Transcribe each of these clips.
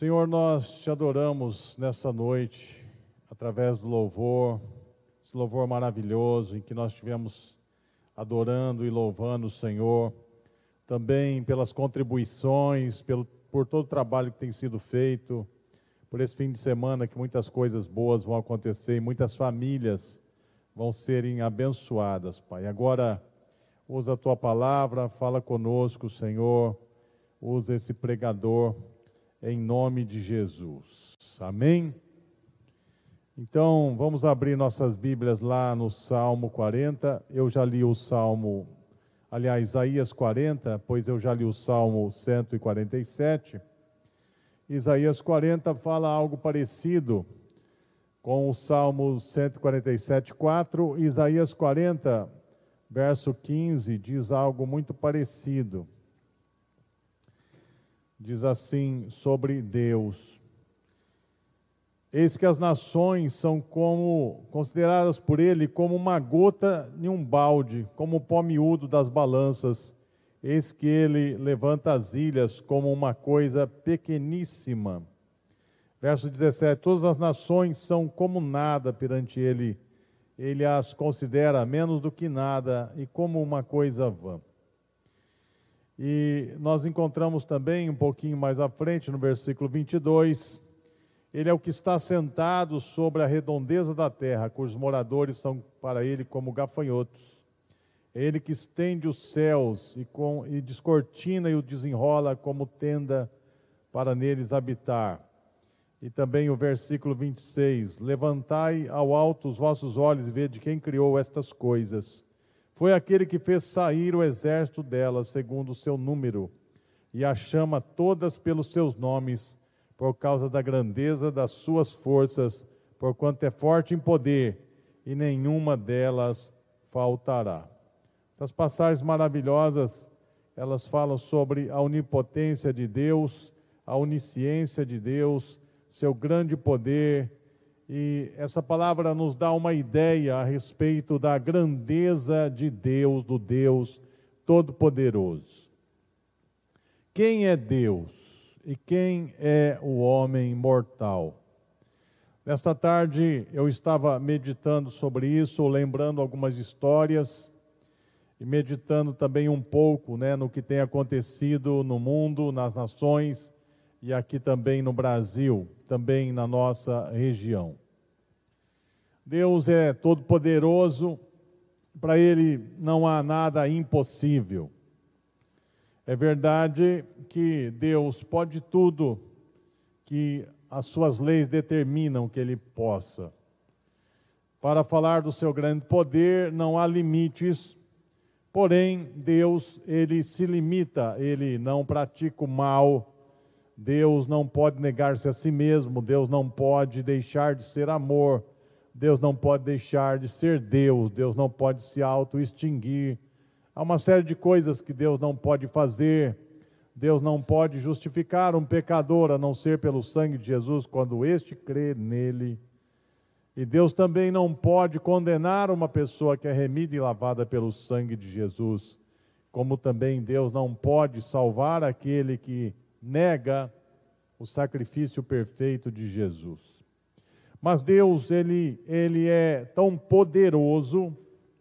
Senhor, nós te adoramos nessa noite, através do louvor, esse louvor maravilhoso em que nós estivemos adorando e louvando o Senhor, também pelas contribuições, por todo o trabalho que tem sido feito, por esse fim de semana que muitas coisas boas vão acontecer e muitas famílias vão serem abençoadas, Pai. Agora, usa a Tua palavra, fala conosco, Senhor, usa esse pregador, em nome de Jesus. Amém? Então, vamos abrir nossas Bíblias lá no Salmo 40. Eu já li o Salmo, aliás, Isaías 40, pois eu já li o Salmo 147. Isaías 40 fala algo parecido com o Salmo 147:4. Isaías 40, verso 15, diz algo muito parecido. Diz assim sobre Deus: eis que as nações são consideradas por ele como uma gota em um balde, como o pó miúdo das balanças. Eis que ele levanta as ilhas como uma coisa pequeníssima. Verso 17: todas as nações são como nada perante ele. Ele as considera menos do que nada e como uma coisa vã. E nós encontramos também, um pouquinho mais à frente, no versículo 22, ele é o que está sentado sobre a redondeza da terra, cujos moradores são para ele como gafanhotos. É ele que estende os céus e descortina e o desenrola como tenda para neles habitar. E também o versículo 26, levantai ao alto os vossos olhos e vede quem criou estas coisas. Foi aquele que fez sair o exército delas, segundo o seu número, e as chama todas pelos seus nomes, por causa da grandeza das suas forças, porquanto é forte em poder, e nenhuma delas faltará. Essas passagens maravilhosas, elas falam sobre a onipotência de Deus, a onisciência de Deus, seu grande poder. E essa palavra nos dá uma ideia a respeito da grandeza de Deus, do Deus Todo-Poderoso. Quem é Deus e quem é o homem mortal? Nesta tarde eu estava meditando sobre isso, lembrando algumas histórias e meditando também um pouco, no que tem acontecido no mundo, nas nações e aqui também no Brasil, também na nossa região. Deus é todo-poderoso, para Ele não há nada impossível. É verdade que Deus pode tudo que as suas leis determinam que Ele possa. Para falar do seu grande poder, não há limites, porém Deus, Ele se limita, Ele não pratica o mal. Deus não pode negar-se a si mesmo, Deus não pode deixar de ser amor, Deus não pode deixar de ser Deus, Deus não pode se auto-extinguir. Há uma série de coisas que Deus não pode fazer. Deus não pode justificar um pecador, a não ser pelo sangue de Jesus, quando este crê nele. E Deus também não pode condenar uma pessoa que é remida e lavada pelo sangue de Jesus, como também Deus não pode salvar aquele que nega o sacrifício perfeito de Jesus. Mas Deus, Ele é tão poderoso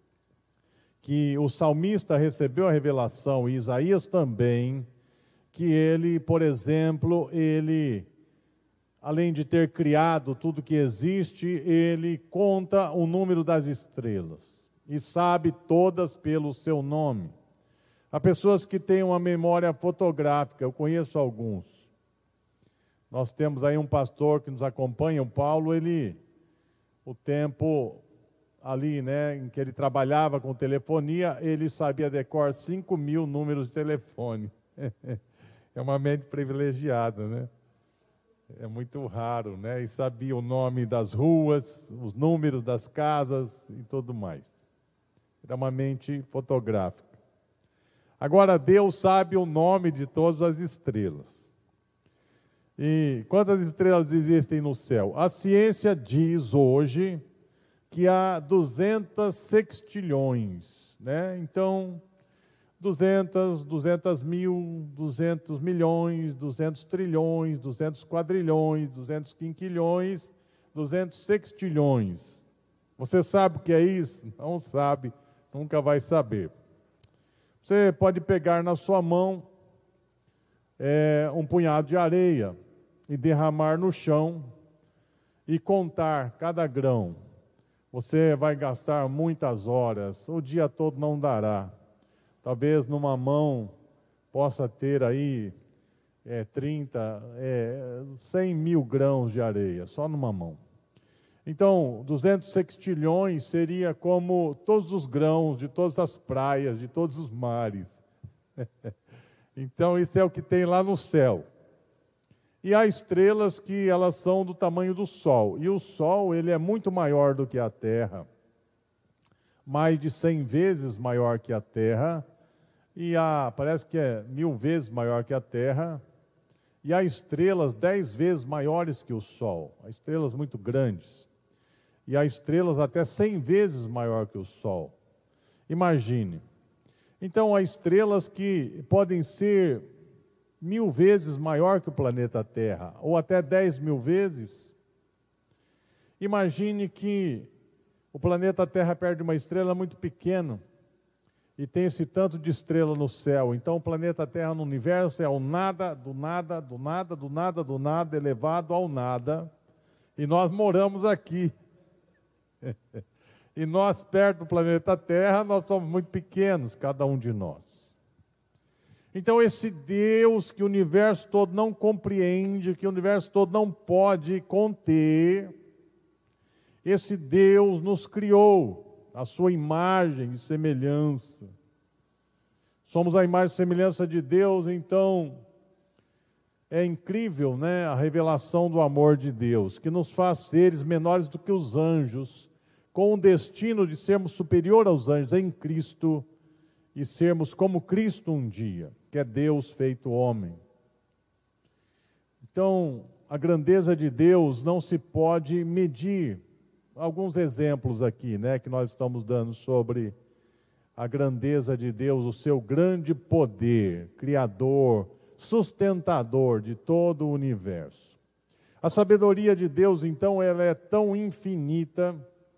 que o salmista recebeu a revelação, e Isaías também, que Ele, por exemplo, Ele, além de ter criado tudo que existe, Ele conta o número das estrelas e sabe todas pelo seu nome. Há pessoas que têm uma memória fotográfica, eu conheço alguns. Nós temos aí um pastor que nos acompanha, o Paulo, o tempo ali, em que ele trabalhava com telefonia, ele sabia decor 5.000 números de telefone. É uma mente privilegiada, É muito raro, E sabia o nome das ruas, os números das casas e tudo mais. Era uma mente fotográfica. Agora, Deus sabe o nome de todas as estrelas. E quantas estrelas existem no céu? A ciência diz hoje que há 200 sextilhões, Então, 200 mil, 200 milhões, 200 trilhões, 200 quadrilhões, 200 quinquilhões, 200 sextilhões. Você sabe o que é isso? Não sabe, nunca vai saber. Você pode pegar na sua mão um punhado de areia e derramar no chão e contar cada grão. Você vai gastar muitas horas, o dia todo não dará. Talvez numa mão possa ter aí 100 mil grãos de areia, só numa mão. Então, 200 sextilhões seria como todos os grãos de todas as praias, de todos os mares. Então, isso é o que tem lá no céu. E há estrelas que elas são do tamanho do Sol. E o Sol, ele é muito maior do que a Terra. Mais de 100 vezes maior que a Terra. E parece que é 1000 vezes maior que a Terra. E há estrelas 10 vezes maiores que o Sol. Há estrelas muito grandes. E há estrelas até 100 vezes maior que o Sol. Imagine. Então, há estrelas que podem ser 1000 vezes maior que o planeta Terra, ou até 10 mil vezes. Imagine que o planeta Terra perde uma estrela muito pequena, e tem esse tanto de estrela no céu. Então, o planeta Terra no universo é o nada, do nada, do nada, do nada, do nada, elevado ao nada, e nós moramos aqui. E nós, perto do planeta Terra, nós somos muito pequenos, cada um de nós. Então, esse Deus que o universo todo não compreende, que o universo todo não pode conter, esse Deus nos criou, a sua imagem e semelhança. Somos a imagem e semelhança de Deus, então é incrível, né, a revelação do amor de Deus, que nos faz seres menores do que os anjos, com o destino de sermos superior aos anjos em Cristo e sermos como Cristo um dia, que é Deus feito homem. Então, a grandeza de Deus não se pode medir. Alguns exemplos aqui, né, que nós estamos dando sobre a grandeza de Deus, o seu grande poder, criador, sustentador de todo o universo. A sabedoria de Deus, então, ela é tão infinita.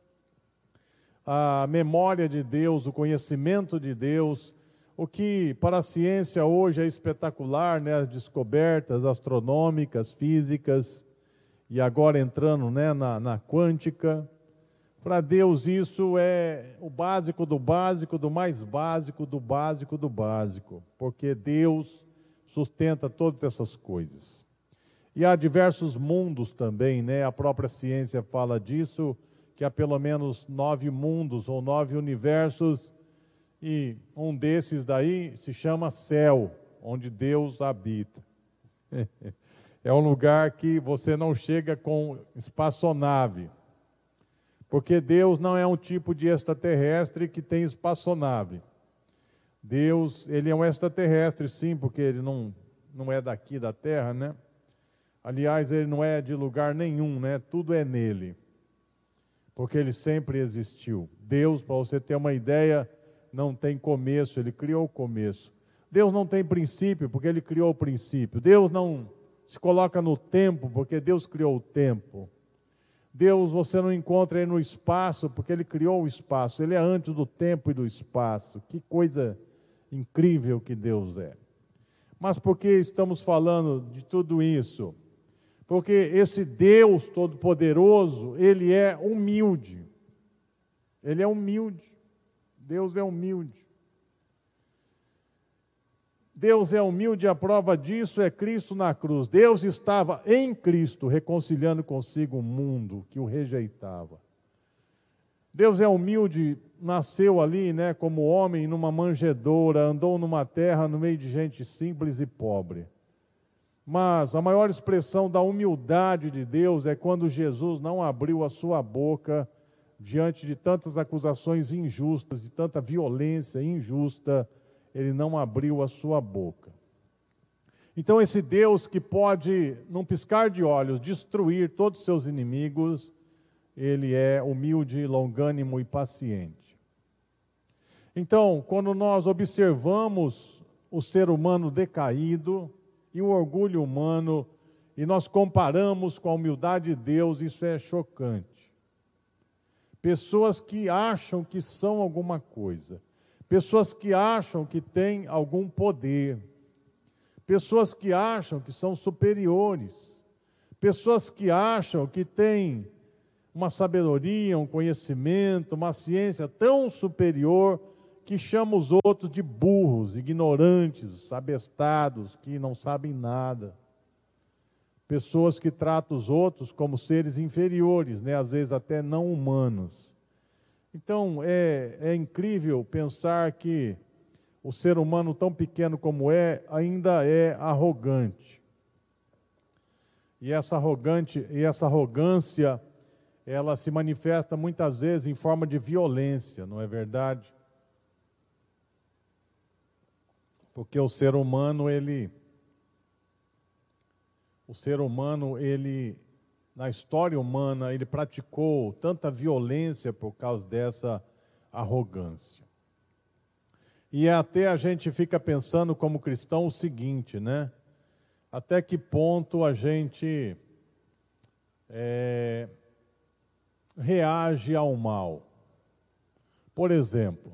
A memória de Deus, o conhecimento de Deus, o que para a ciência hoje é espetacular, né? As descobertas astronômicas, físicas, e agora entrando, né, na quântica. Para Deus isso é o básico do básico, do mais básico, do básico, do básico, porque Deus sustenta todas essas coisas. E há diversos mundos também, né? A própria ciência fala disso, que há pelo menos 9 mundos ou 9 universos, e um desses daí se chama céu, onde Deus habita. É um lugar que você não chega com espaçonave, porque Deus não é um tipo de extraterrestre que tem espaçonave. Deus, ele é um extraterrestre sim, porque ele não é daqui da Terra, né? Aliás, ele não é de lugar nenhum, né? Tudo é nele. Porque ele sempre existiu. Deus, para você ter uma ideia, não tem começo, ele criou o começo. Deus não tem princípio, porque ele criou o princípio. Deus não se coloca no tempo, porque Deus criou o tempo. Deus você não encontra ele no espaço, porque ele criou o espaço. Ele é antes do tempo e do espaço. Que coisa incrível que Deus é. Mas por que estamos falando de tudo isso? Porque esse Deus Todo-Poderoso, ele é humilde. Ele é humilde. Deus é humilde. Deus é humilde, a prova disso é Cristo na cruz. Deus estava em Cristo, reconciliando consigo o mundo que o rejeitava. Deus é humilde, nasceu ali, né, como homem numa manjedoura, andou numa terra no meio de gente simples e pobre. Mas a maior expressão da humildade de Deus é quando Jesus não abriu a sua boca diante de tantas acusações injustas, de tanta violência injusta, ele não abriu a sua boca. Então esse Deus que pode, num piscar de olhos, destruir todos os seus inimigos, ele é humilde, longânimo e paciente. Então, quando nós observamos o ser humano decaído e o orgulho humano, e nós comparamos com a humildade de Deus, isso é chocante. Pessoas que acham que são alguma coisa, pessoas que acham que têm algum poder, pessoas que acham que são superiores, pessoas que acham que têm uma sabedoria, um conhecimento, uma ciência tão superior que chama os outros de burros, ignorantes, abestados, que não sabem nada. Pessoas que tratam os outros como seres inferiores, né? Às vezes até não humanos. Então, é incrível pensar que o ser humano tão pequeno como ainda é arrogante. E essa arrogância, ela se manifesta muitas vezes em forma de violência, não é verdade? Porque o ser humano, na história humana, ele praticou tanta violência por causa dessa arrogância. E até a gente fica pensando como cristão o seguinte, né? Até que ponto a gente reage ao mal? Por exemplo,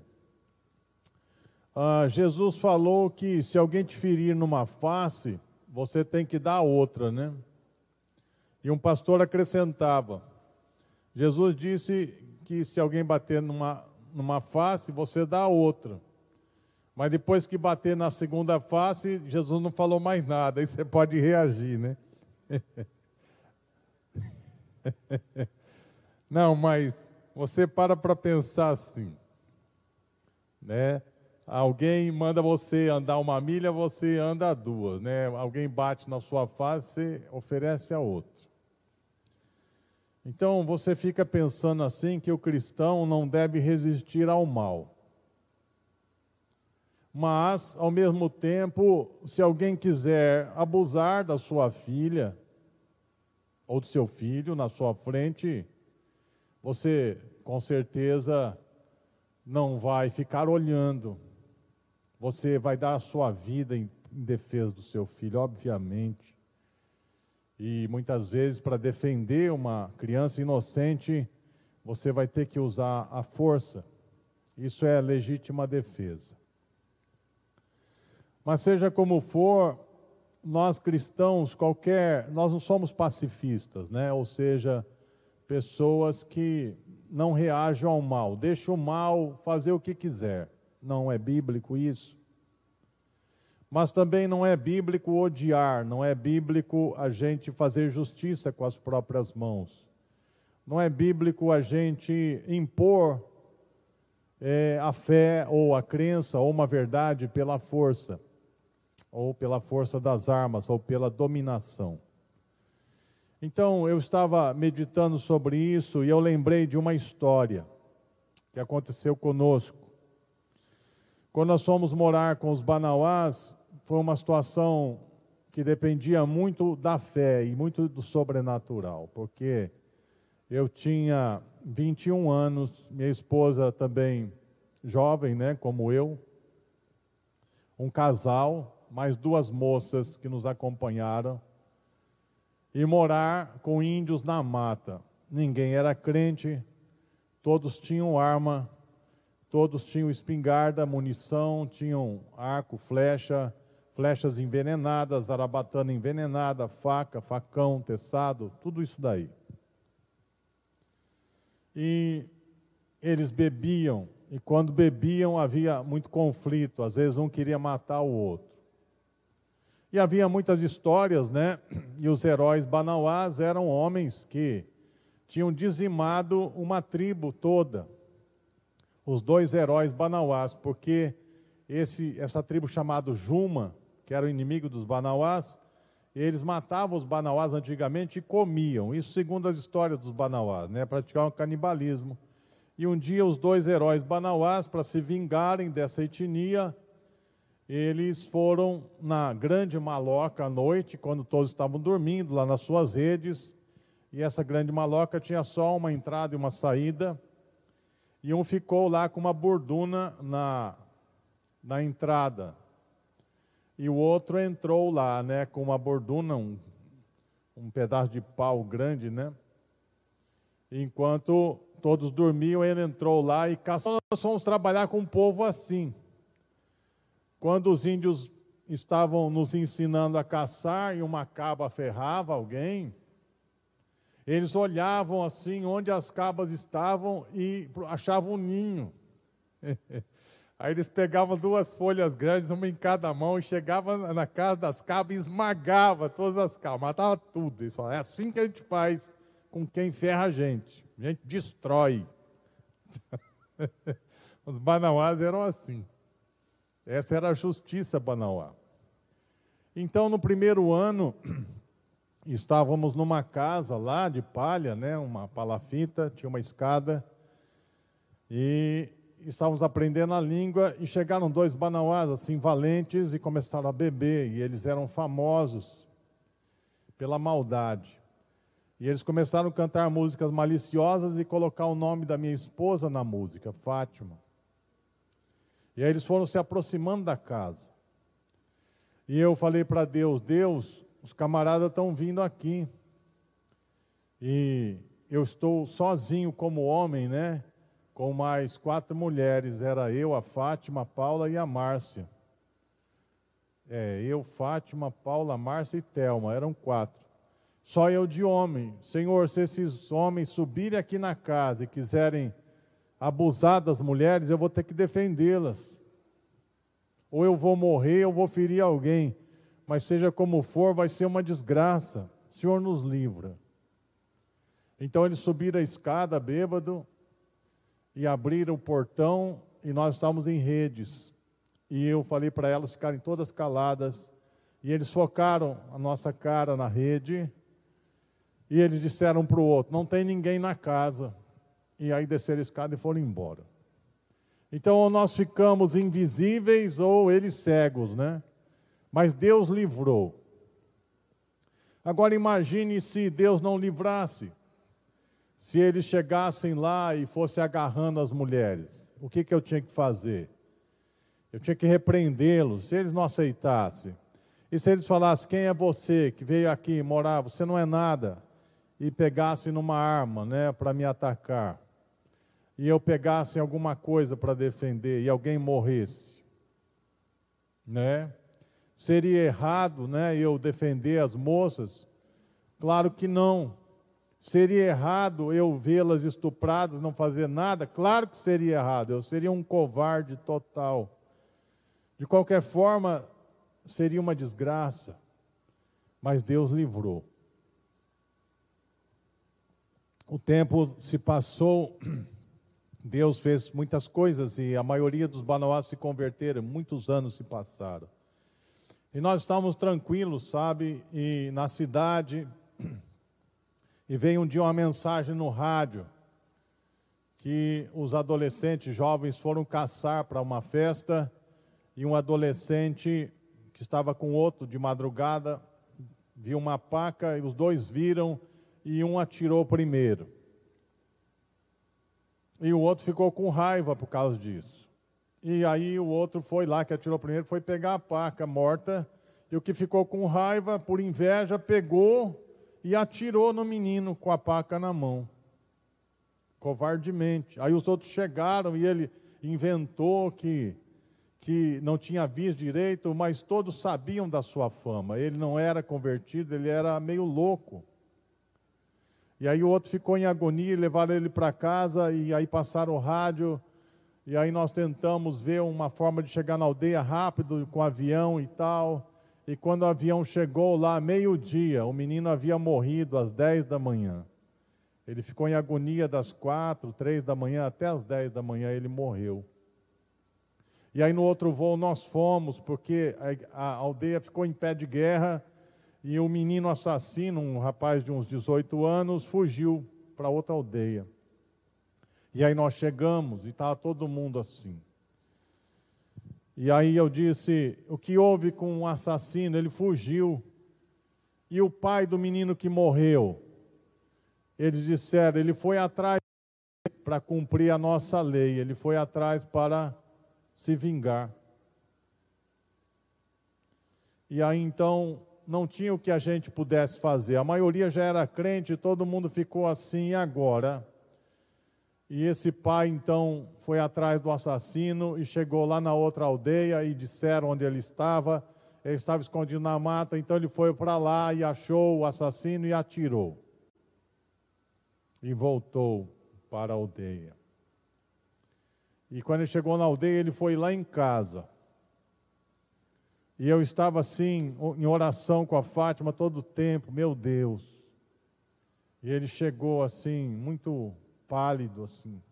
Jesus falou que se alguém te ferir numa face, você tem que dar a outra, né? E um pastor acrescentava, Jesus disse que se alguém bater numa face, você dá a outra. Mas depois que bater na segunda face, Jesus não falou mais nada, aí você pode reagir, né? Não, mas você para pensar assim, né? Alguém manda você andar 1 milha, você anda 2, né? Alguém bate na sua face, você oferece a outra. Então, você fica pensando assim que o cristão não deve resistir ao mal. Mas, ao mesmo tempo, se alguém quiser abusar da sua filha ou do seu filho na sua frente, você, com certeza, não vai ficar olhando. Você vai dar a sua vida em defesa do seu filho, obviamente. E muitas vezes, para defender uma criança inocente, você vai ter que usar a força. Isso é legítima defesa. Mas seja como for, nós cristãos, nós não somos pacifistas, né? Ou seja, pessoas que não reagem ao mal, deixam o mal fazer o que quiser. Não é bíblico isso. Mas também não é bíblico odiar, não é bíblico a gente fazer justiça com as próprias mãos. Não é bíblico a gente impor a fé ou a crença ou uma verdade pela força, ou pela força das armas, ou pela dominação. Então, eu estava meditando sobre isso e eu lembrei de uma história que aconteceu conosco. Quando nós fomos morar com os Banauás, foi uma situação que dependia muito da fé e muito do sobrenatural, porque eu tinha 21 anos, minha esposa também jovem, né, como eu, um casal, mais 2 moças que nos acompanharam, e morar com índios na mata. Ninguém era crente, todos tinham arma, todos tinham espingarda, munição, tinham arco, flechas envenenadas, zarabatana envenenada, faca, facão, teçado, tudo isso daí. E eles bebiam, e quando bebiam havia muito conflito, às vezes um queria matar o outro. E havia muitas histórias, né? E os heróis Banauás eram homens que tinham dizimado uma tribo toda. Os 2 heróis Banauás, porque essa tribo chamada Juma, que era o inimigo dos Banauás, eles matavam os Banauás antigamente e comiam. Isso segundo as histórias dos Banauás, né? Praticavam um canibalismo. E um dia os 2 heróis Banauás, para se vingarem dessa etnia, eles foram na Grande Maloca à noite, quando todos estavam dormindo lá nas suas redes, e essa Grande Maloca tinha só uma entrada e uma saída. e um ficou lá com uma borduna na entrada. E o outro entrou lá, né, com uma borduna, um pedaço de pau grande, né? Enquanto todos dormiam, ele entrou lá e caçou. Nós fomos trabalhar com um povo assim. Quando os índios estavam nos ensinando a caçar e uma cabra ferrava alguém, eles olhavam assim onde as cabras estavam e achavam um ninho. Aí eles pegavam 2 folhas grandes, uma em cada mão, e chegavam na casa das cabras e esmagava todas as cabras, matava tudo. Eles falavam, é assim que a gente faz com quem ferra a gente destrói. Os banauás eram assim. Essa era a justiça banauá. Então, no primeiro ano, estávamos numa casa lá de palha, né, uma palafita, tinha uma escada, e estávamos aprendendo a língua, e chegaram 2 banauás, assim, valentes, e começaram a beber, e eles eram famosos pela maldade. E eles começaram a cantar músicas maliciosas e colocar o nome da minha esposa na música, Fátima. E aí eles foram se aproximando da casa. E eu falei para Deus, Deus, os camaradas estão vindo aqui. E eu estou sozinho como homem, né? Com mais 4 mulheres. Era eu, a Fátima, a Paula e a Márcia. Eu, Fátima, Paula, Márcia e Thelma. Eram 4. Só eu de homem. Senhor, se esses homens subirem aqui na casa e quiserem abusar das mulheres, eu vou ter que defendê-las. Ou eu vou morrer, ou vou ferir alguém. Mas seja como for, vai ser uma desgraça. O Senhor nos livra. Então eles subiram a escada, bêbado, e abriram o portão, e nós estávamos em redes. E eu falei para elas ficarem todas caladas. E eles focaram a nossa cara na rede. E eles disseram para o outro, não tem ninguém na casa. E aí desceram a escada e foram embora. Então, ou nós ficamos invisíveis, ou eles cegos, né? Mas Deus livrou. Agora imagine se Deus não livrasse. Se eles chegassem lá e fossem agarrando as mulheres. O que eu tinha que fazer? Eu tinha que repreendê-los, se eles não aceitassem. E se eles falassem, quem é você que veio aqui morar? Você não é nada. E pegassem numa arma, né, para me atacar. E eu pegasse alguma coisa para defender e alguém morresse, né? Seria errado, né, eu defender as moças? Claro que não. Seria errado eu vê-las estupradas, não fazer nada? Claro que seria errado. Eu seria um covarde total. De qualquer forma, seria uma desgraça. Mas Deus livrou. O tempo se passou, Deus fez muitas coisas e a maioria dos banauás se converteram, muitos anos se passaram. E nós estávamos tranquilos, sabe, e na cidade, e veio um dia uma mensagem no rádio, que os adolescentes jovens foram caçar para uma festa, e um adolescente que estava com outro de madrugada, viu uma paca, e os dois viram, e um atirou primeiro. E o outro ficou com raiva por causa disso. E aí o outro foi lá, que atirou primeiro, foi pegar a paca morta, e o que ficou com raiva, por inveja, pegou e atirou no menino com a paca na mão. Covardemente. Aí os outros chegaram e ele inventou que não tinha visto direito, mas todos sabiam da sua fama. Ele não era convertido, ele era meio louco. E aí o outro ficou em agonia, levaram ele para casa, e aí passaram o rádio, e aí nós tentamos ver uma forma de chegar na aldeia rápido, com avião e tal, e quando o avião chegou lá, meio-dia, o menino havia morrido às 10 da manhã. Ele ficou em agonia das 4, 3 da manhã, até às 10 da manhã ele morreu. E aí no outro voo nós fomos, porque a aldeia ficou em pé de guerra, e o menino assassino, um rapaz de uns 18 anos, fugiu para outra aldeia. E aí nós chegamos e estava todo mundo assim. E aí eu disse, o que houve com o assassino? Ele fugiu. E o pai do menino que morreu? Eles disseram, ele foi atrás para cumprir a nossa lei, ele foi atrás para se vingar. E aí então não tinha o que a gente pudesse fazer. A maioria já era crente, todo mundo ficou assim, e agora? E esse pai então foi atrás do assassino e chegou lá na outra aldeia e disseram onde ele estava escondido na mata, então ele foi para lá e achou o assassino e atirou. E voltou para a aldeia. E quando ele chegou na aldeia, ele foi lá em casa. E eu estava assim, em oração com a Fátima todo o tempo, meu Deus. E ele chegou assim, muito pálido assim.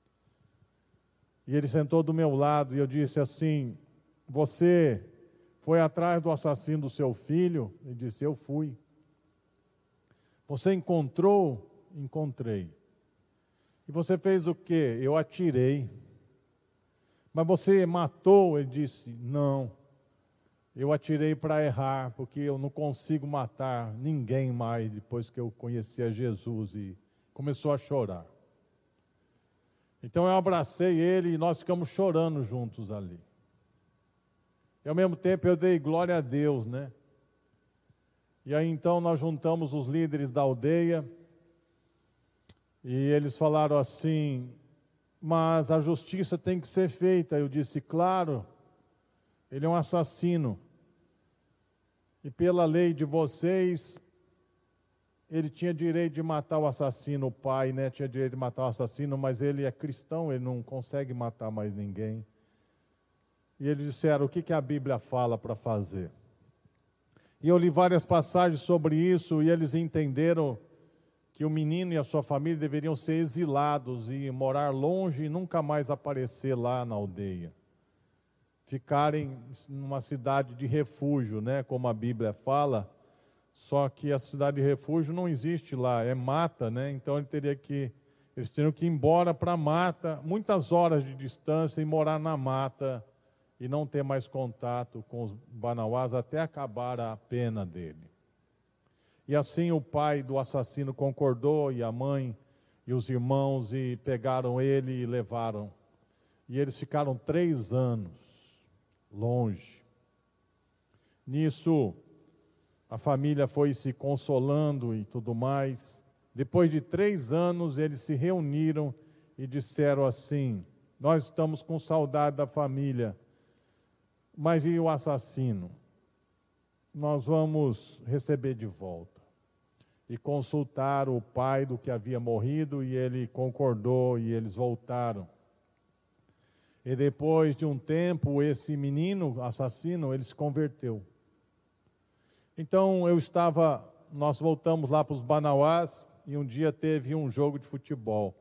E ele sentou do meu lado e eu disse assim, você foi atrás do assassino do seu filho? Ele disse, eu fui. Você encontrou? Encontrei. E você fez o quê? Eu atirei. Mas você matou? Ele disse, não. Eu atirei para errar, porque eu não consigo matar ninguém mais depois que eu conheci a Jesus. E começou a chorar. Então eu abracei ele e nós ficamos chorando juntos ali. E ao mesmo tempo eu dei glória a Deus, né? E aí então nós juntamos os líderes da aldeia e eles falaram assim, mas a justiça tem que ser feita. Eu disse, claro, ele é um assassino. E pela lei de vocês, ele tinha direito de matar o assassino, o pai, né? Tinha direito de matar o assassino, mas ele é cristão, ele não consegue matar mais ninguém. E eles disseram, o que a Bíblia fala para fazer? E eu li várias passagens sobre isso e eles entenderam que o menino e a sua família deveriam ser exilados e morar longe e nunca mais aparecer lá na aldeia. Ficarem numa cidade de refúgio, né, como a Bíblia fala, só que a cidade de refúgio não existe lá, é mata, né? Então eles teriam que ir embora para a mata, muitas horas de distância e morar na mata e não ter mais contato com os banauás até acabar a pena dele. E assim o pai do assassino concordou, e a mãe e os irmãos, e pegaram ele e levaram. E eles ficaram 3 anos longe. Nisso, a família foi se consolando e tudo mais. Depois de 3 anos, eles se reuniram e disseram assim, nós estamos com saudade da família, mas e o assassino? Nós vamos receber de volta. E consultaram o pai do que havia morrido e ele concordou e eles voltaram. E depois de um tempo, esse menino assassino, ele se converteu. Então nós voltamos lá para os banauás e um dia teve um jogo de futebol.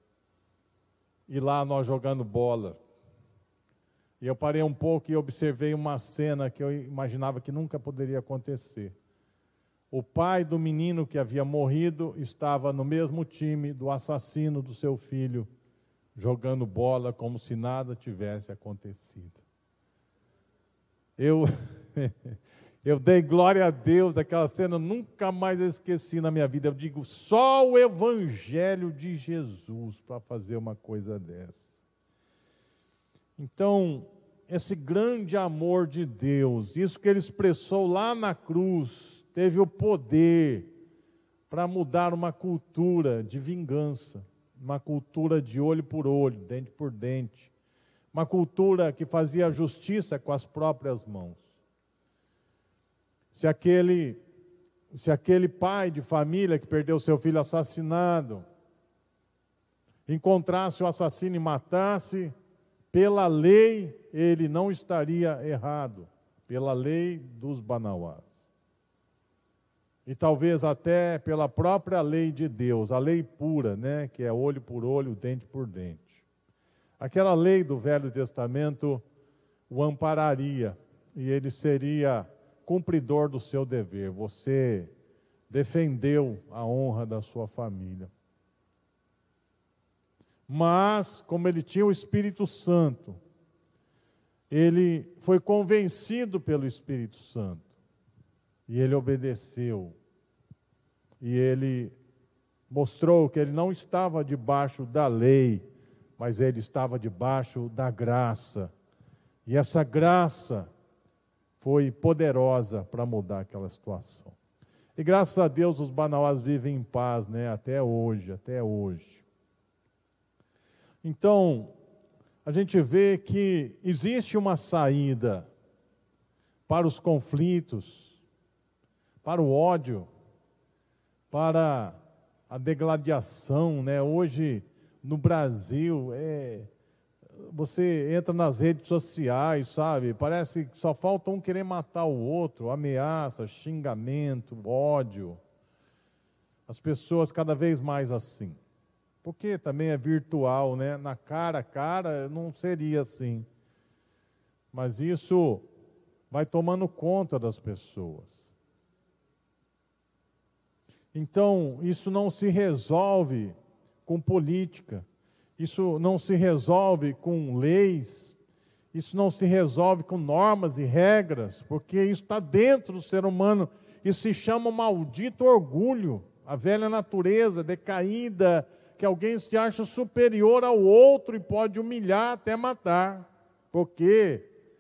E lá nós jogando bola. E eu parei um pouco e observei uma cena que eu imaginava que nunca poderia acontecer. O pai do menino que havia morrido estava no mesmo time do assassino do seu filho, jogando bola como se nada tivesse acontecido. Eu dei glória a Deus, aquela cena eu nunca mais esqueci na minha vida. Eu digo, só o Evangelho de Jesus para fazer uma coisa dessa. Então, esse grande amor de Deus, isso que Ele expressou lá na cruz, teve o poder para mudar uma cultura de vingança, uma cultura de olho por olho, dente por dente, uma cultura que fazia justiça com as próprias mãos. Se aquele pai de família que perdeu seu filho assassinado, encontrasse o assassino e matasse, pela lei ele não estaria errado, pela lei dos banauás. E talvez até pela própria lei de Deus, a lei pura, né, que é olho por olho, dente por dente. Aquela lei do Velho Testamento o ampararia e ele seria cumpridor do seu dever. Você defendeu a honra da sua família. Mas, como ele tinha o Espírito Santo, ele foi convencido pelo Espírito Santo. E ele obedeceu. E ele mostrou que ele não estava debaixo da lei, mas ele estava debaixo da graça. E essa graça foi poderosa para mudar aquela situação. E graças a Deus os Banauás vivem em paz, né? Até hoje, até hoje. Então, a gente vê que existe uma saída para os conflitos, para o ódio, para a degladiação, né? Hoje, no Brasil, você entra nas redes sociais, sabe? Parece que só falta um querer matar o outro, ameaça, xingamento, ódio. As pessoas cada vez mais assim. Porque também é virtual, né? Na cara a cara não seria assim. Mas isso vai tomando conta das pessoas. Então, isso não se resolve com política. Isso não se resolve com leis, isso não se resolve com normas e regras, porque isso está dentro do ser humano. Isso se chama maldito orgulho, a velha natureza decaída, que alguém se acha superior ao outro e pode humilhar até matar, porque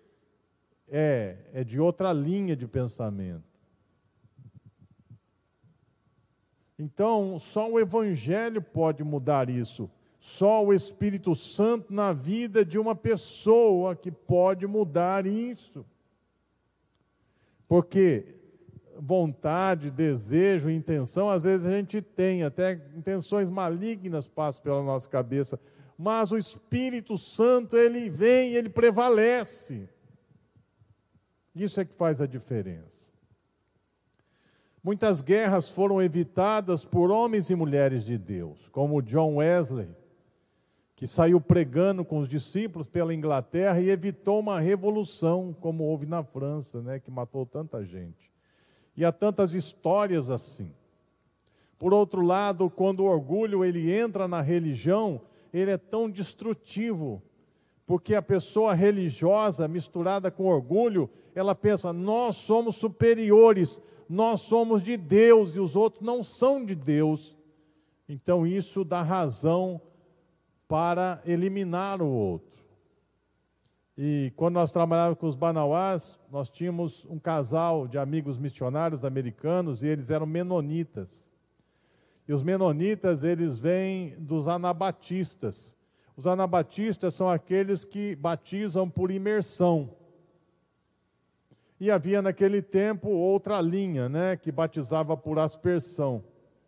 é de outra linha de pensamento. Então, só o Evangelho pode mudar isso. Só o Espírito Santo na vida de uma pessoa que pode mudar isso. Porque vontade, desejo, intenção, às vezes a gente tem, até intenções malignas passam pela nossa cabeça, mas o Espírito Santo, ele vem, ele prevalece. Isso é que faz a diferença. Muitas guerras foram evitadas por homens e mulheres de Deus, como John Wesley, que saiu pregando com os discípulos pela Inglaterra e evitou uma revolução, como houve na França, né, que matou tanta gente. E há tantas histórias assim. Por outro lado, quando o orgulho ele entra na religião, ele é tão destrutivo, porque a pessoa religiosa misturada com orgulho, ela pensa, nós somos superiores, nós somos de Deus e os outros não são de Deus. Então isso dá razão para eliminar o outro. E quando nós trabalhávamos com os Banauás, nós tínhamos um casal de amigos missionários americanos e eles eram menonitas. E os menonitas, eles vêm dos anabatistas. Os anabatistas são aqueles que batizam por imersão. E havia naquele tempo outra linha, né, que batizava por aspersão.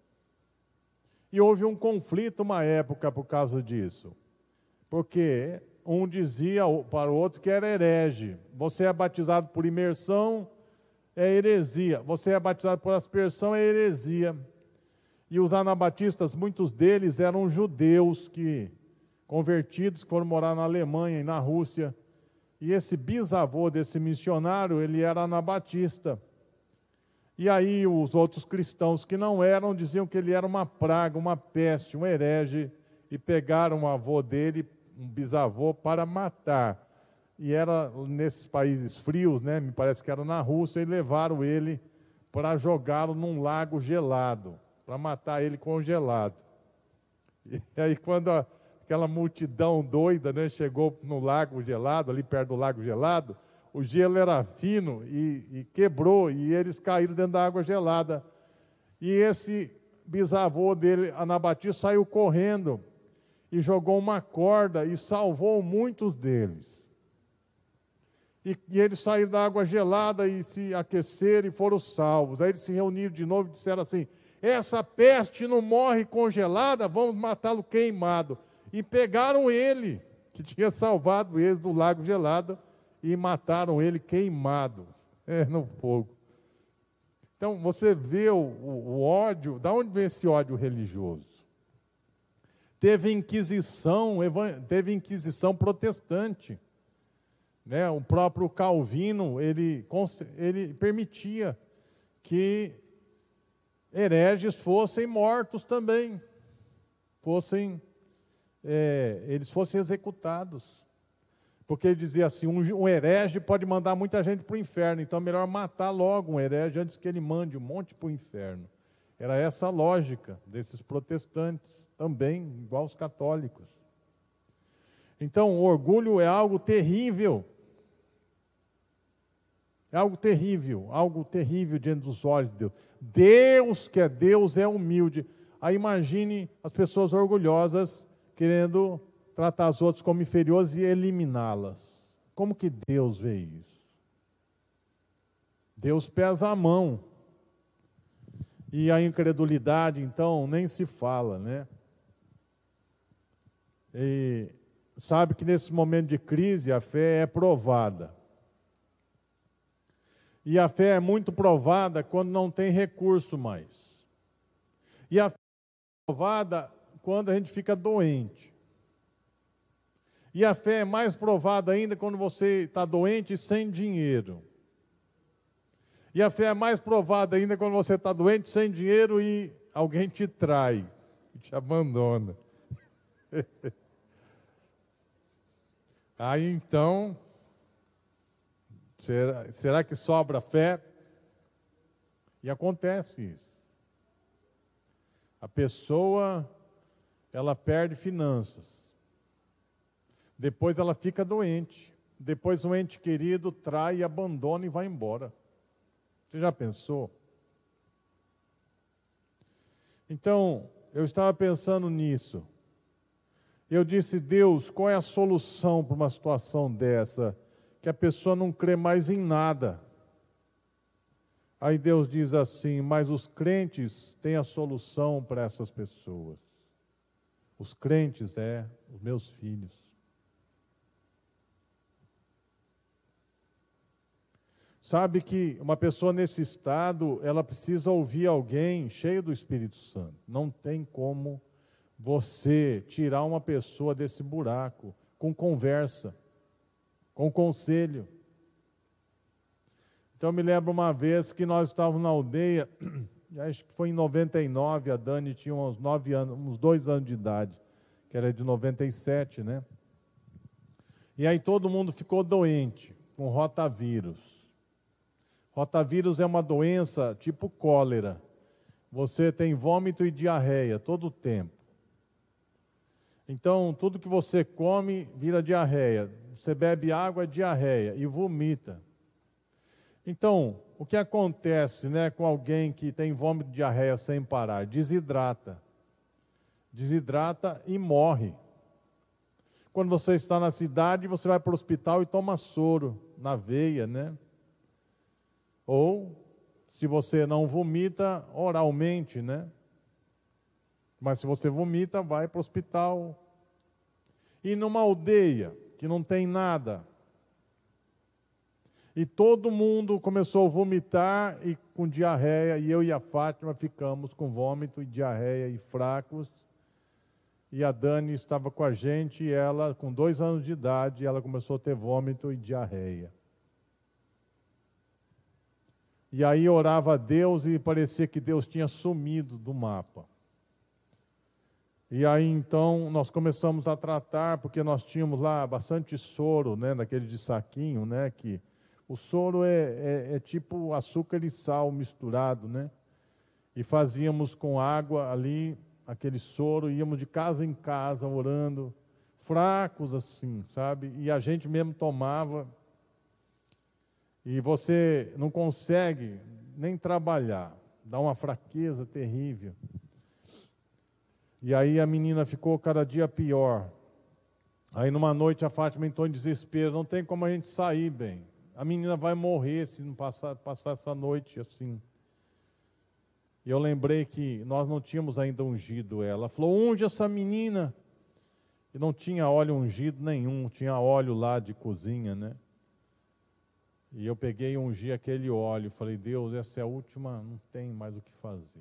E houve um conflito uma época por causa disso. Porque um dizia para o outro que era herege. Você é batizado por imersão, é heresia. Você é batizado por aspersão, é heresia. E os anabatistas, muitos deles eram judeus convertidos, que foram morar na Alemanha e na Rússia. E esse bisavô desse missionário, ele era anabatista. E aí os outros cristãos que não eram, diziam que ele era uma praga, uma peste, um herege, e pegaram o avô dele, um bisavô, para matar. E era nesses países frios, né, me parece que era na Rússia, e levaram ele para jogá-lo num lago gelado, para matar ele congelado. E aí quando aquela multidão doida, né, chegou no lago gelado, ali perto do lago gelado, o gelo era fino e quebrou, e eles caíram dentro da água gelada. E esse bisavô dele, anabatista, saiu correndo e jogou uma corda e salvou muitos deles. E eles saíram da água gelada e se aqueceram e foram salvos. Aí eles se reuniram de novo e disseram assim, essa peste não morre congelada, vamos matá-lo queimado. E pegaram ele, que tinha salvado eles do lago gelado, e mataram ele queimado no fogo. Então, você vê o ódio, da onde vem esse ódio religioso? Teve inquisição protestante. Né? O próprio Calvino, ele permitia que hereges fossem mortos também, eles fossem executados. Porque ele dizia assim, um herege pode mandar muita gente para o inferno, então é melhor matar logo um herege antes que ele mande um monte para o inferno. Era essa a lógica desses protestantes, também, igual os católicos. Então, o orgulho é algo terrível. É algo terrível diante dos olhos de Deus. Deus, que é Deus, é humilde. Aí imagine as pessoas orgulhosas querendo tratar os outros como inferiores e eliminá-las. Como que Deus vê isso? Deus pesa a mão. E a incredulidade, então, nem se fala, né? E sabe que nesse momento de crise a fé é provada. E a fé é muito provada quando não tem recurso mais. E a fé é provada quando a gente fica doente. E a fé é mais provada ainda quando você está doente e sem dinheiro. E a fé é mais provada ainda quando você está doente, sem dinheiro e alguém te trai, te abandona. Aí então, será que sobra fé? E acontece isso. A pessoa, ela perde finanças. Depois ela fica doente. Depois um ente querido trai, abandona e vai embora. Você já pensou? Então, eu estava pensando nisso. Eu disse, Deus, qual é a solução para uma situação dessa? Que a pessoa não crê mais em nada. Aí Deus diz assim, mas os crentes têm a solução para essas pessoas. Os crentes, os meus filhos. Sabe que uma pessoa nesse estado, ela precisa ouvir alguém cheio do Espírito Santo. Não tem como você tirar uma pessoa desse buraco com conversa, com conselho. Então, eu me lembro uma vez que nós estávamos na aldeia, acho que foi em 99, a Dani tinha uns 9 anos, uns 2 anos de idade, que era de 97, né? E aí todo mundo ficou doente, com rotavírus. Rotavírus é uma doença tipo cólera. Você tem vômito e diarreia todo o tempo. Então, tudo que você come vira diarreia. Você bebe água, é diarreia e vomita. Então, o que acontece, né, com alguém que tem vômito e diarreia sem parar? Desidrata. Desidrata e morre. Quando você está na cidade, você vai para o hospital e toma soro na veia, né? Ou, se você não vomita, oralmente, né? Mas se você vomita, vai para o hospital. E numa aldeia que não tem nada, e todo mundo começou a vomitar e com diarreia, e eu e a Fátima ficamos com vômito e diarreia e fracos. E a Dani estava com a gente, e ela, com 2 anos de idade, ela começou a ter vômito e diarreia. E aí orava a Deus e parecia que Deus tinha sumido do mapa. E aí então nós começamos a tratar, porque nós tínhamos lá bastante soro, né, daquele de saquinho, né, que o soro é tipo açúcar e sal misturado, né? E fazíamos com água ali, aquele soro, íamos de casa em casa orando, fracos assim, sabe? E a gente mesmo tomava. E você não consegue nem trabalhar, dá uma fraqueza terrível. E aí a menina ficou cada dia pior. Aí numa noite a Fátima entrou em desespero, não tem como a gente sair bem. A menina vai morrer se não passar essa noite assim. E eu lembrei que nós não tínhamos ainda ungido ela. Ela falou, unge essa menina. E não tinha óleo ungido nenhum, tinha óleo lá de cozinha, né? E eu peguei e ungi aquele óleo. Falei, Deus, essa é a última, não tem mais o que fazer.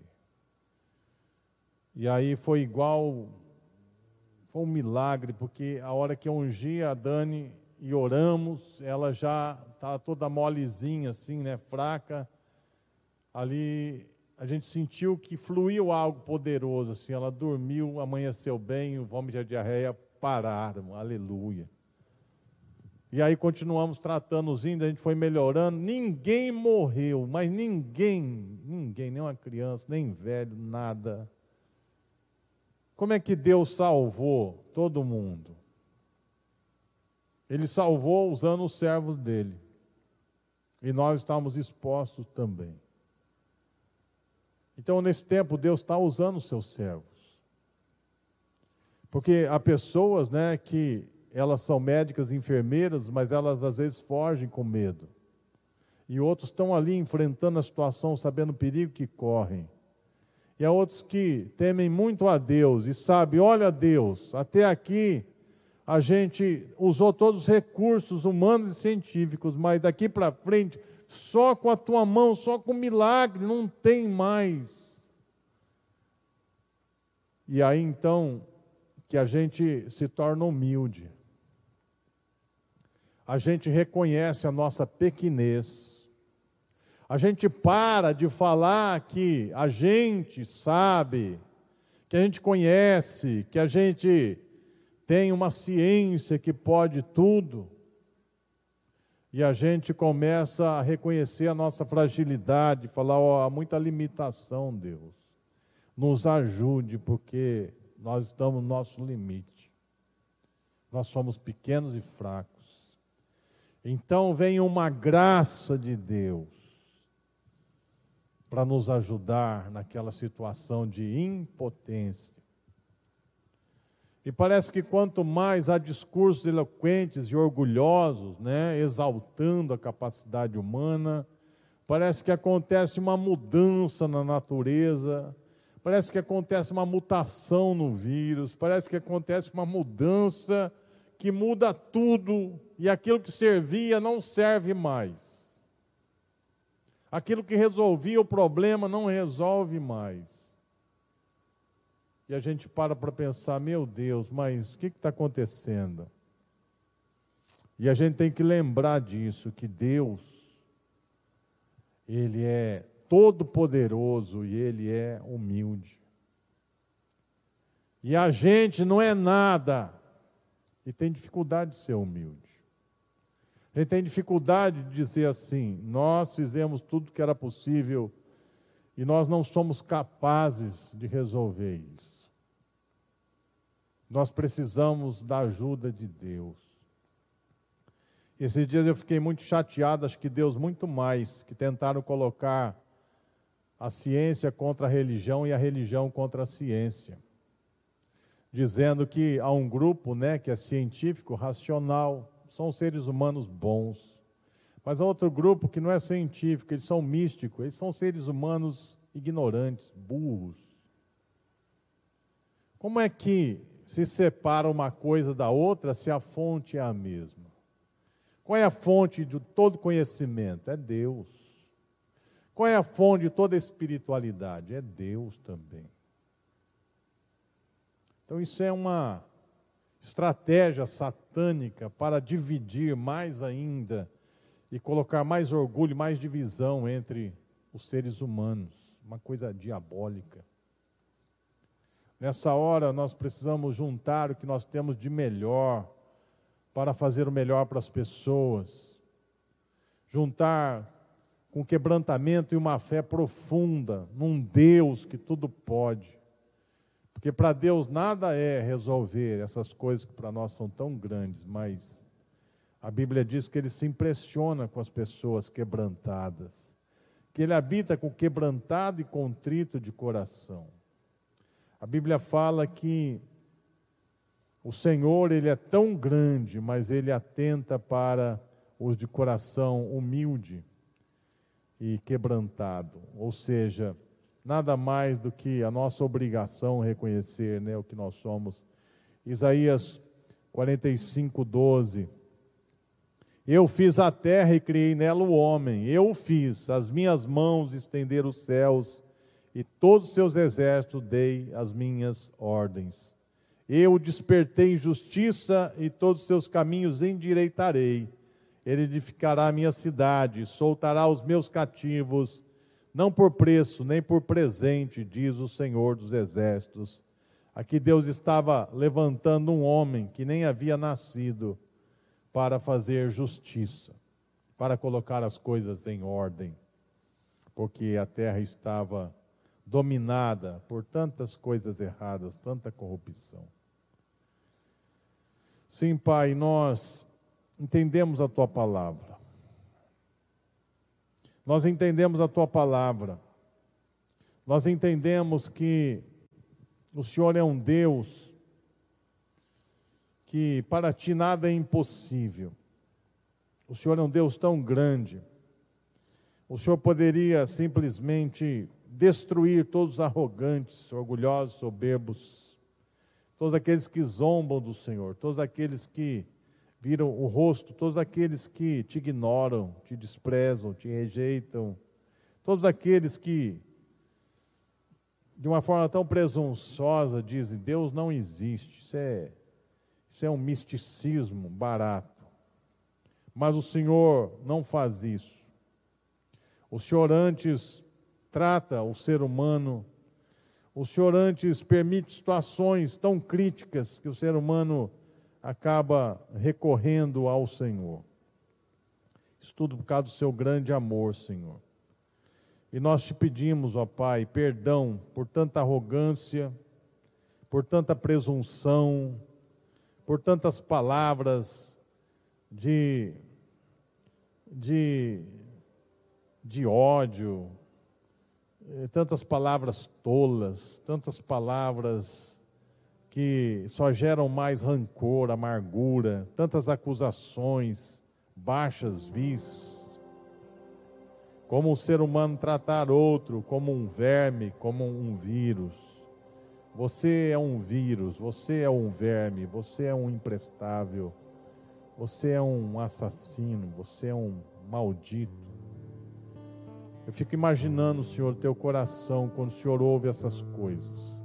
E aí foi igual, foi um milagre, porque a hora que eu ungi a Dani e oramos, ela já estava toda molezinha assim, né, fraca. Ali a gente sentiu que fluiu algo poderoso, assim, ela dormiu, amanheceu bem, o vômito e a diarreia pararam, aleluia. E aí continuamos tratando os índios, a gente foi melhorando, ninguém morreu, mas ninguém, nem uma criança, nem velho, nada. Como é que Deus salvou todo mundo? Ele salvou usando os servos dele. E nós estamos expostos também. Então, nesse tempo, Deus está usando os seus servos. Porque há pessoas, né, que elas são médicas, enfermeiras, mas elas às vezes fogem com medo. E outros estão ali enfrentando a situação, sabendo o perigo que correm. E há outros que temem muito a Deus e sabem, olha Deus, até aqui a gente usou todos os recursos humanos e científicos, mas daqui para frente, só com a tua mão, só com milagre, não tem mais. E aí então, que a gente se torna humilde. A gente reconhece a nossa pequenez. A gente para de falar que a gente sabe, que a gente conhece, que a gente tem uma ciência que pode tudo. E a gente começa a reconhecer a nossa fragilidade, falar, ó, há muita limitação, Deus. Nos ajude, porque nós estamos no nosso limite. Nós somos pequenos e fracos. Então vem uma graça de Deus para nos ajudar naquela situação de impotência. E parece que quanto mais há discursos eloquentes e orgulhosos, né, exaltando a capacidade humana, parece que acontece uma mudança na natureza, parece que acontece uma mutação no vírus, parece que acontece uma mudança que muda tudo, e aquilo que servia não serve mais. Aquilo que resolvia o problema não resolve mais. E a gente para pensar, meu Deus, mas o que está acontecendo? E a gente tem que lembrar disso, que Deus, Ele é todo-poderoso e Ele é humilde. E a gente não é nada e tem dificuldade de ser humilde. A gente tem dificuldade de dizer assim, nós fizemos tudo que era possível e nós não somos capazes de resolver isso. Nós precisamos da ajuda de Deus. Esses dias eu fiquei muito chateado, acho que Deus muito mais, que tentaram colocar a ciência contra a religião e a religião contra a ciência. Dizendo que há um grupo, né, que é científico, racional, são seres humanos bons. Mas há outro grupo que não é científico, eles são místicos, eles são seres humanos ignorantes, burros. Como é que se separa uma coisa da outra se a fonte é a mesma? Qual é a fonte de todo conhecimento? É Deus. Qual é a fonte de toda espiritualidade? É Deus também. Então isso é uma estratégia satânica para dividir mais ainda e colocar mais orgulho, mais divisão entre os seres humanos. Uma coisa diabólica. Nessa hora nós precisamos juntar o que nós temos de melhor para fazer o melhor para as pessoas. Juntar com quebrantamento e uma fé profunda num Deus que tudo pode. Porque para Deus nada é resolver essas coisas que para nós são tão grandes, mas a Bíblia diz que Ele se impressiona com as pessoas quebrantadas, que Ele habita com quebrantado e contrito de coração. A Bíblia fala que o Senhor, Ele é tão grande, mas Ele atenta para os de coração humilde e quebrantado. Ou seja, nada mais do que a nossa obrigação reconhecer, né, o que nós somos. Isaías 45:12. Eu fiz a terra e criei nela o homem. Eu fiz, as minhas mãos estenderam os céus e todos os seus exércitos dei as minhas ordens. Eu despertei justiça e todos os seus caminhos endireitarei. Ele edificará a minha cidade, soltará os meus cativos, não por preço, nem por presente, diz o Senhor dos Exércitos. Aqui Deus estava levantando um homem que nem havia nascido, para fazer justiça, para colocar as coisas em ordem, porque a terra estava dominada por tantas coisas erradas, tanta corrupção. Sim, Pai, nós entendemos a Tua palavra. Nós entendemos a Tua palavra. Nós entendemos que o Senhor é um Deus que para Ti nada é impossível. O Senhor é um Deus tão grande. O Senhor poderia simplesmente destruir todos os arrogantes, orgulhosos, soberbos, todos aqueles que zombam do Senhor, todos aqueles que viram o rosto, todos aqueles que te ignoram, te desprezam, te rejeitam, todos aqueles que, de uma forma tão presunçosa, dizem: Deus não existe, isso é um misticismo barato. Mas o Senhor não faz isso. O Senhor antes trata o ser humano, o Senhor antes permite situações tão críticas que o ser humano acaba recorrendo ao Senhor. Isso tudo por causa do seu grande amor, Senhor. E nós te pedimos, ó Pai, perdão por tanta arrogância, por tanta presunção, por tantas palavras de ódio, tantas palavras tolas, tantas palavras que só geram mais rancor, amargura, tantas acusações, baixas vis. Como um ser humano tratar outro como um verme, como um vírus. Você é um vírus, você é um verme, você é um imprestável, você é um assassino, você é um maldito. Eu fico imaginando, Senhor, teu coração quando o Senhor ouve essas coisas.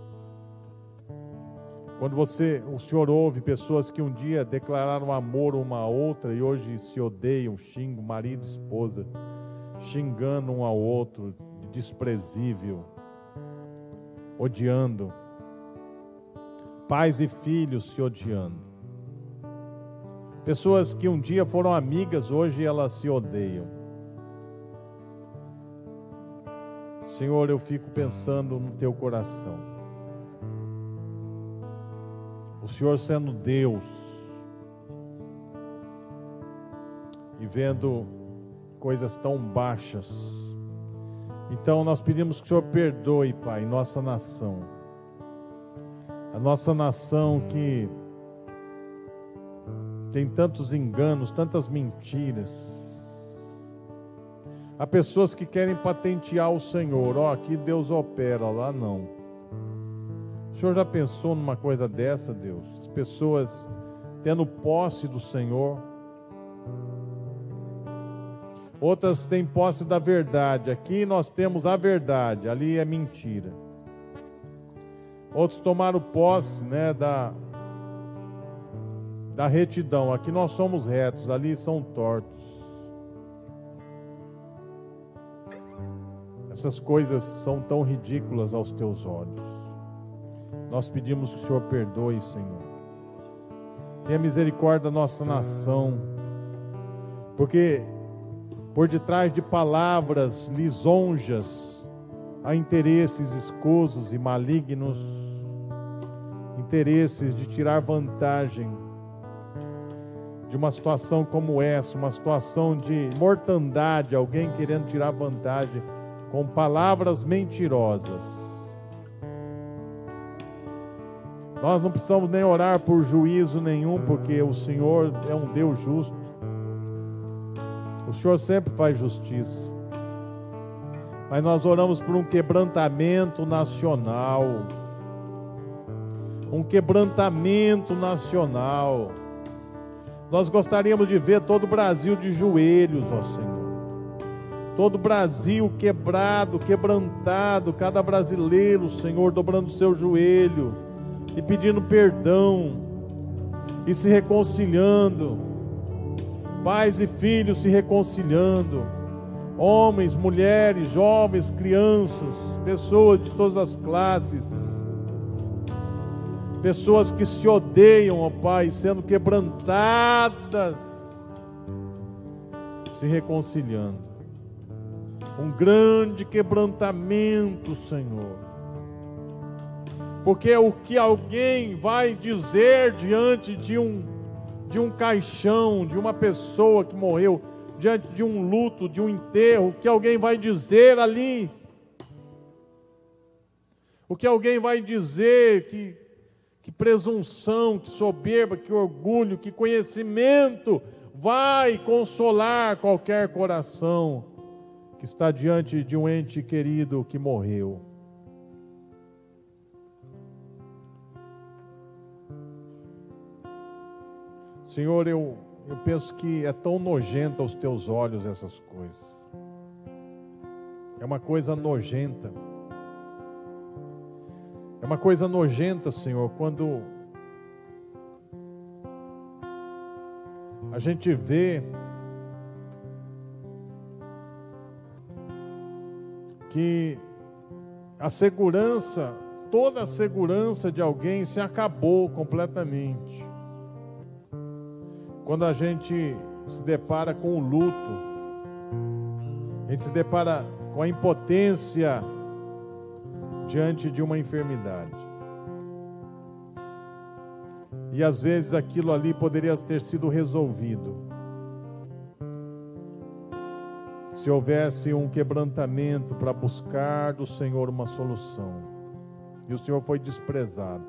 Quando o Senhor ouve pessoas que um dia declararam amor uma à outra e hoje se odeiam, xingam, marido e esposa, xingando um ao outro, desprezível, odiando, pais e filhos se odiando. Pessoas que um dia foram amigas, hoje elas se odeiam. Senhor, eu fico pensando no teu coração. O Senhor sendo Deus e vendo coisas tão baixas. Então nós pedimos que o Senhor perdoe, Pai, nossa nação. A nossa nação que tem tantos enganos, tantas mentiras. Há pessoas que querem patentear o Senhor. Aqui Deus opera, lá não. O Senhor já pensou numa coisa dessa, Deus? As pessoas tendo posse do Senhor. Outras têm posse da verdade. Aqui nós temos a verdade, ali é mentira. Outros tomaram posse, da retidão. Aqui nós somos retos, ali são tortos. Essas coisas são tão ridículas aos teus olhos. Nós pedimos que o Senhor perdoe, Senhor. Tenha misericórdia da nossa nação, porque por detrás de palavras lisonjas há interesses escusos e malignos, interesses de tirar vantagem de uma situação como essa, uma situação de mortandade, alguém querendo tirar vantagem com palavras mentirosas. Nós não precisamos nem orar por juízo nenhum, porque o Senhor é um Deus justo. O Senhor sempre faz justiça. Mas nós oramos por um quebrantamento nacional. Um quebrantamento nacional. Nós gostaríamos de ver todo o Brasil de joelhos, ó Senhor. Todo o Brasil quebrado, quebrantado, cada brasileiro, Senhor, dobrando o seu joelho e pedindo perdão e se reconciliando. Pais e filhos se reconciliando. Homens, mulheres, jovens, crianças, pessoas de todas as classes pessoas que se odeiam, ó Pai, sendo quebrantadas, se reconciliando. Um grande quebrantamento, Senhor. Porque o que alguém vai dizer diante de um caixão, de uma pessoa que morreu, diante de um luto, de um enterro, o que alguém vai dizer ali? O que alguém vai dizer? Que presunção, que soberba, que orgulho, que conhecimento vai consolar qualquer coração que está diante de um ente querido que morreu? Senhor, eu penso que é tão nojento aos teus olhos essas coisas. É uma coisa nojenta. É uma coisa nojenta, Senhor, quando a gente vê que a segurança, toda a segurança de alguém se acabou completamente. Quando a gente se depara com o luto, a gente se depara com a impotência diante de uma enfermidade. E às vezes aquilo ali poderia ter sido resolvido se houvesse um quebrantamento para buscar do Senhor uma solução. E o Senhor foi desprezado.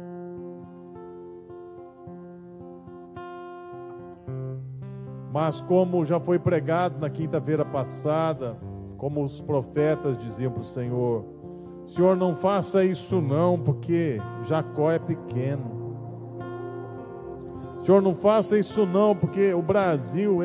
Mas como já foi pregado na quinta-feira passada, como os profetas diziam para o Senhor: Senhor, não faça isso não, porque Jacó é pequeno. Senhor, não faça isso não, porque o Brasil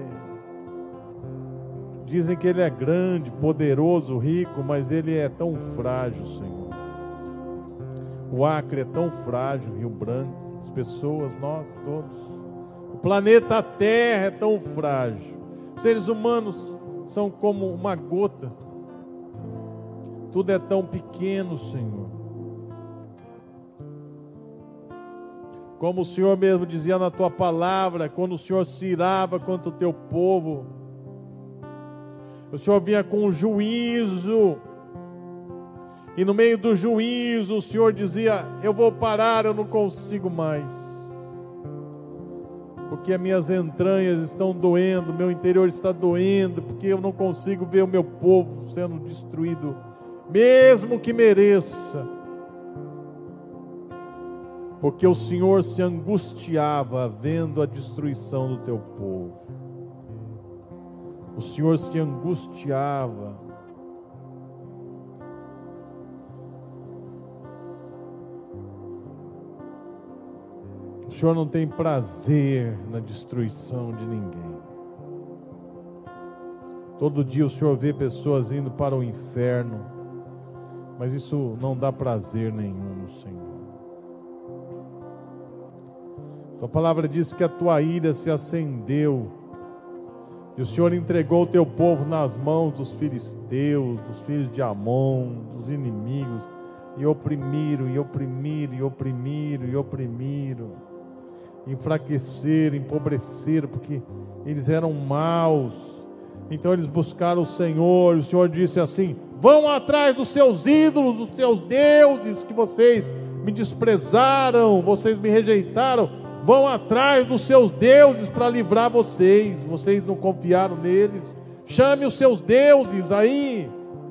dizem que ele é grande, poderoso, rico, mas ele é tão frágil, Senhor. O Acre é tão frágil, Rio Branco, as pessoas, nós todos. O planeta Terra é tão frágil. Os seres humanos são como uma gota. Tudo é tão pequeno, Senhor. Como o Senhor mesmo dizia na tua palavra, quando o Senhor se irava contra o teu povo, o Senhor vinha com juízo. E no meio do juízo o Senhor dizia: eu vou parar, eu não consigo mais. Porque as minhas entranhas estão doendo, meu interior está doendo, porque eu não consigo ver o meu povo sendo destruído, mesmo que mereça. Porque o Senhor se angustiava vendo a destruição do teu povo. O Senhor se angustiava. O Senhor não tem prazer na destruição de ninguém. Todo dia o Senhor vê pessoas indo para o inferno, mas isso não dá prazer nenhum no Senhor. Tua palavra diz que a tua ira se acendeu, e o Senhor entregou o teu povo nas mãos dos filisteus, dos filhos de Amon, dos inimigos, e oprimiram, e oprimiram, e oprimiram, e oprimiram. Enfraqueceram, empobreceram, porque eles eram maus. Então eles buscaram o Senhor, e o Senhor disse assim: vão atrás dos seus ídolos, dos seus deuses que vocês me desprezaram, vocês me rejeitaram. Vão atrás dos seus deuses para livrar vocês. Vocês não confiaram neles. Chame os seus deuses aí.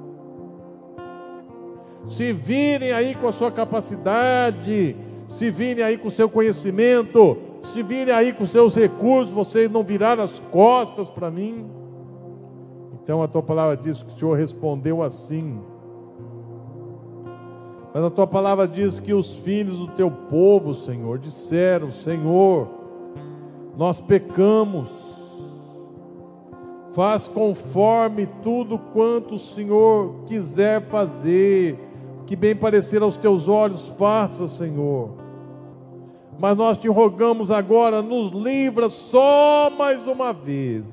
Se virem aí com a sua capacidade, se virem aí com o seu conhecimento, se virem aí com os seus recursos, vocês não viraram as costas para mim. Então a tua palavra diz que o Senhor respondeu assim. Mas a tua palavra diz que os filhos do teu povo, Senhor, disseram: Senhor, nós pecamos, faz conforme tudo quanto o Senhor quiser fazer, que bem parecer aos teus olhos, faça, Senhor. Mas nós te rogamos agora, nos livra só mais uma vez.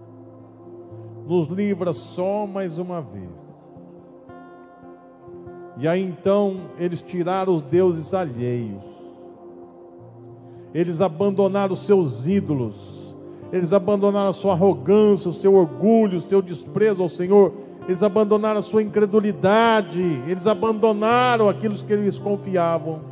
Nos livra só mais uma vez. E aí então eles tiraram os deuses alheios, eles abandonaram os seus ídolos, eles abandonaram a sua arrogância, o seu orgulho, o seu desprezo ao Senhor, eles abandonaram a sua incredulidade, eles abandonaram aquilo que eles confiavam,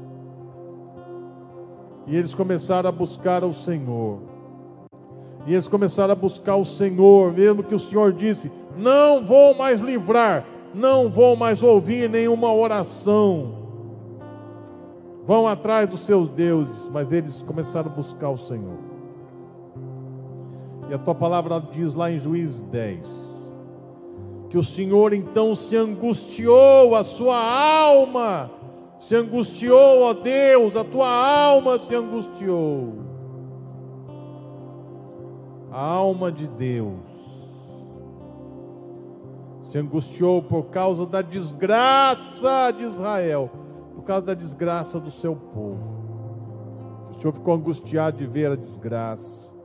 e eles começaram a buscar o Senhor, e eles começaram a buscar o Senhor, mesmo que o Senhor disse: não vou mais livrar, não vou mais ouvir nenhuma oração. Vão atrás dos seus deuses, mas eles começaram a buscar o Senhor. E a tua palavra diz lá em Juízes 10, que o Senhor então se angustiou, a sua alma se angustiou, ó Deus, a tua alma se angustiou. A alma de Deus se angustiou por causa da desgraça de Israel, por causa da desgraça do seu povo. O Senhor ficou angustiado de ver a desgraça.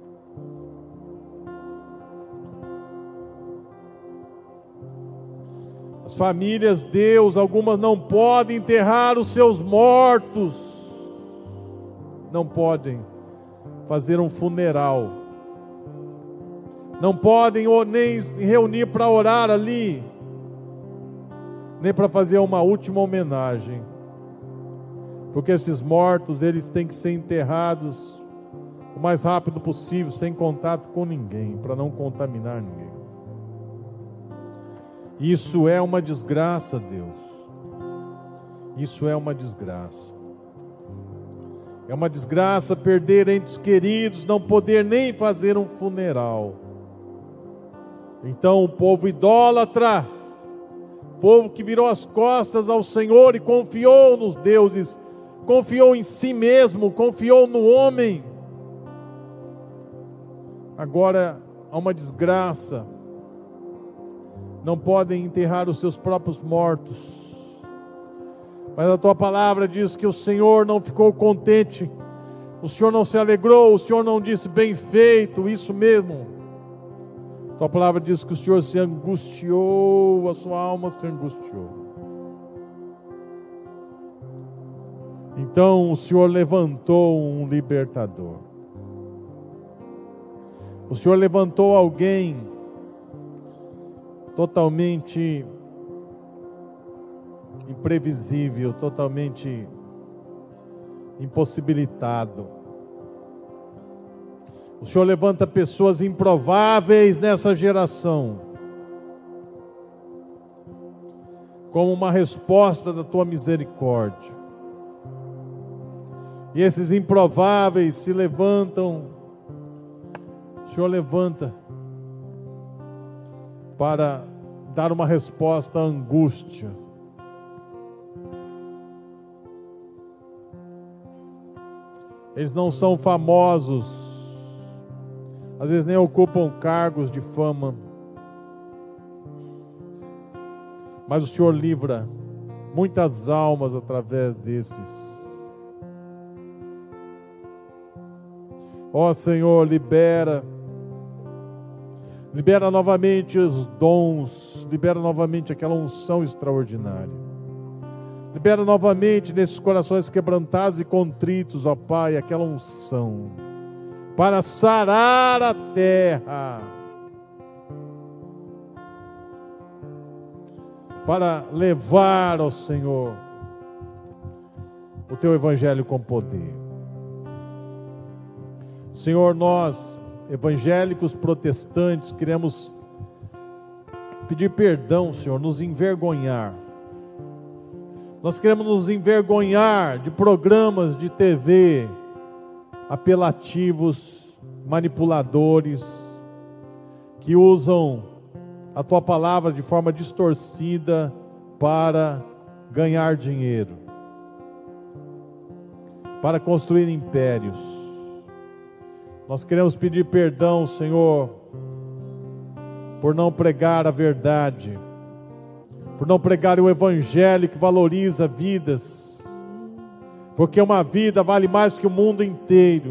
As famílias, Deus, algumas não podem enterrar os seus mortos, não podem fazer um funeral, não podem nem reunir para orar ali, nem para fazer uma última homenagem, porque esses mortos, eles têm que ser enterrados o mais rápido possível, sem contato com ninguém, para não contaminar ninguém. Isso é uma desgraça, Deus. Isso é uma desgraça. É uma desgraça perder entes queridos, não poder nem fazer um funeral. Então o povo idólatra, o povo que virou as costas ao Senhor e confiou nos deuses, confiou em si mesmo, confiou no homem, agora há uma desgraça. Não podem enterrar os seus próprios mortos. Mas a tua palavra diz que o Senhor não ficou contente, o Senhor não se alegrou, o Senhor não disse: bem feito, isso mesmo. A tua palavra diz que o Senhor se angustiou, a sua alma se angustiou. Então o Senhor levantou um libertador. O Senhor levantou alguém totalmente imprevisível, totalmente impossibilitado. O Senhor levanta pessoas improváveis nessa geração, como uma resposta da tua misericórdia. E esses improváveis se levantam, o Senhor levanta para dar uma resposta à angústia. Eles não são famosos, às vezes nem ocupam cargos de fama, mas o Senhor livra muitas almas através desses. Ó Senhor, libera novamente os dons, libera novamente aquela unção extraordinária. Libera novamente nesses corações quebrantados e contritos, ó Pai, aquela unção para sarar a terra, para levar ao Senhor o teu evangelho com poder. Senhor, nós, evangélicos protestantes, queremos pedir perdão, Senhor, nos envergonhar. Nós queremos nos envergonhar de programas de TV apelativos, manipuladores, que usam a tua palavra de forma distorcida para ganhar dinheiro, para construir impérios. Nós queremos pedir perdão, Senhor, por não pregar a verdade, por não pregar o evangelho que valoriza vidas, porque uma vida vale mais que o mundo inteiro.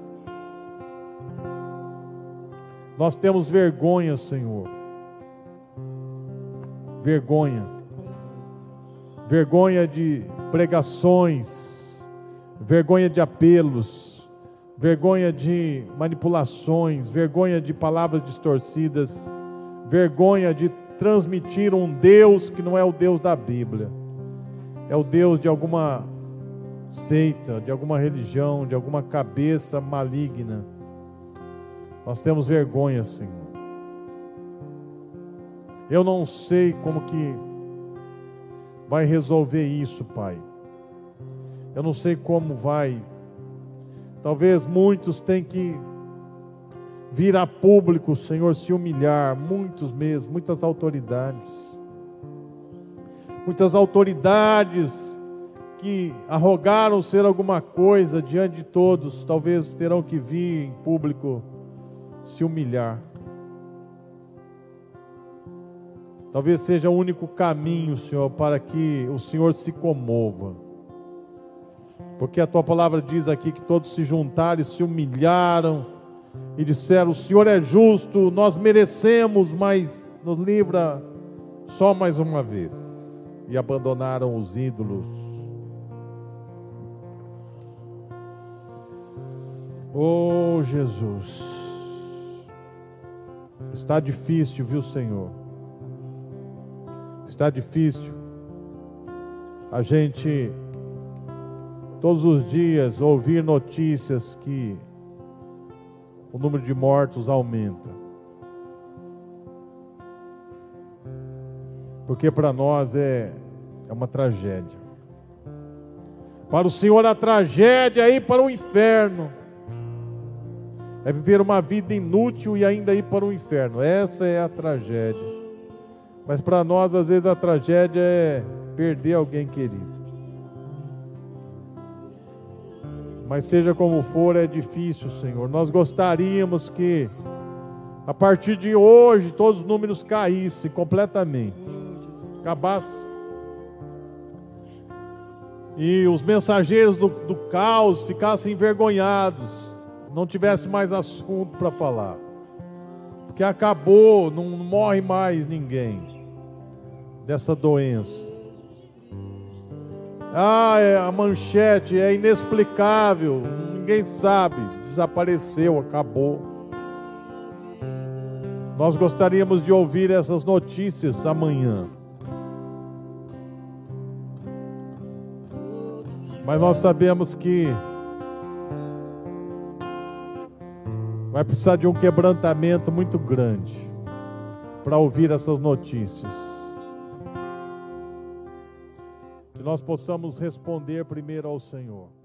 Nós temos vergonha, Senhor, vergonha vergonha de pregações, vergonha de apelos, vergonha de manipulações, vergonha de palavras distorcidas, vergonha de transmitir um Deus que não é o Deus da Bíblia, é o Deus de alguma seita, de alguma religião, de alguma cabeça maligna. Nós temos vergonha, Senhor. Eu não sei como que vai resolver isso, Pai. Eu não sei como vai. Talvez muitos tenham que vir a público, Senhor, se humilhar, muitos mesmo, muitas autoridades que arrogaram ser alguma coisa diante de todos, talvez terão que vir em público se humilhar. Talvez seja o único caminho, Senhor, para que o Senhor se comova. Porque a Tua palavra diz aqui que todos se juntaram e se humilharam e disseram: o Senhor é justo, nós merecemos, mas nos livra só mais uma vez. E abandonaram os ídolos. Oh, Jesus. Está difícil, viu, Senhor? Está difícil a gente todos os dias ouvir notícias que o número de mortos aumenta. Porque para nós é uma tragédia. Para o Senhor a tragédia é ir para o inferno. É viver uma vida inútil e ainda ir para o inferno. Essa é a tragédia. Mas para nós, às vezes, a tragédia é perder alguém querido. Mas seja como for, é difícil, Senhor. Nós gostaríamos que, a partir de hoje, todos os números caíssem completamente. Acabasse. E os mensageiros do caos ficassem envergonhados. Não tivesse mais assunto para falar. Porque acabou, não morre mais ninguém dessa doença. A manchete é inexplicável, ninguém sabe, desapareceu, acabou. Nós gostaríamos de ouvir essas notícias amanhã. Mas nós sabemos que vai precisar de um quebrantamento muito grande para ouvir essas notícias. Que nós possamos responder primeiro ao Senhor.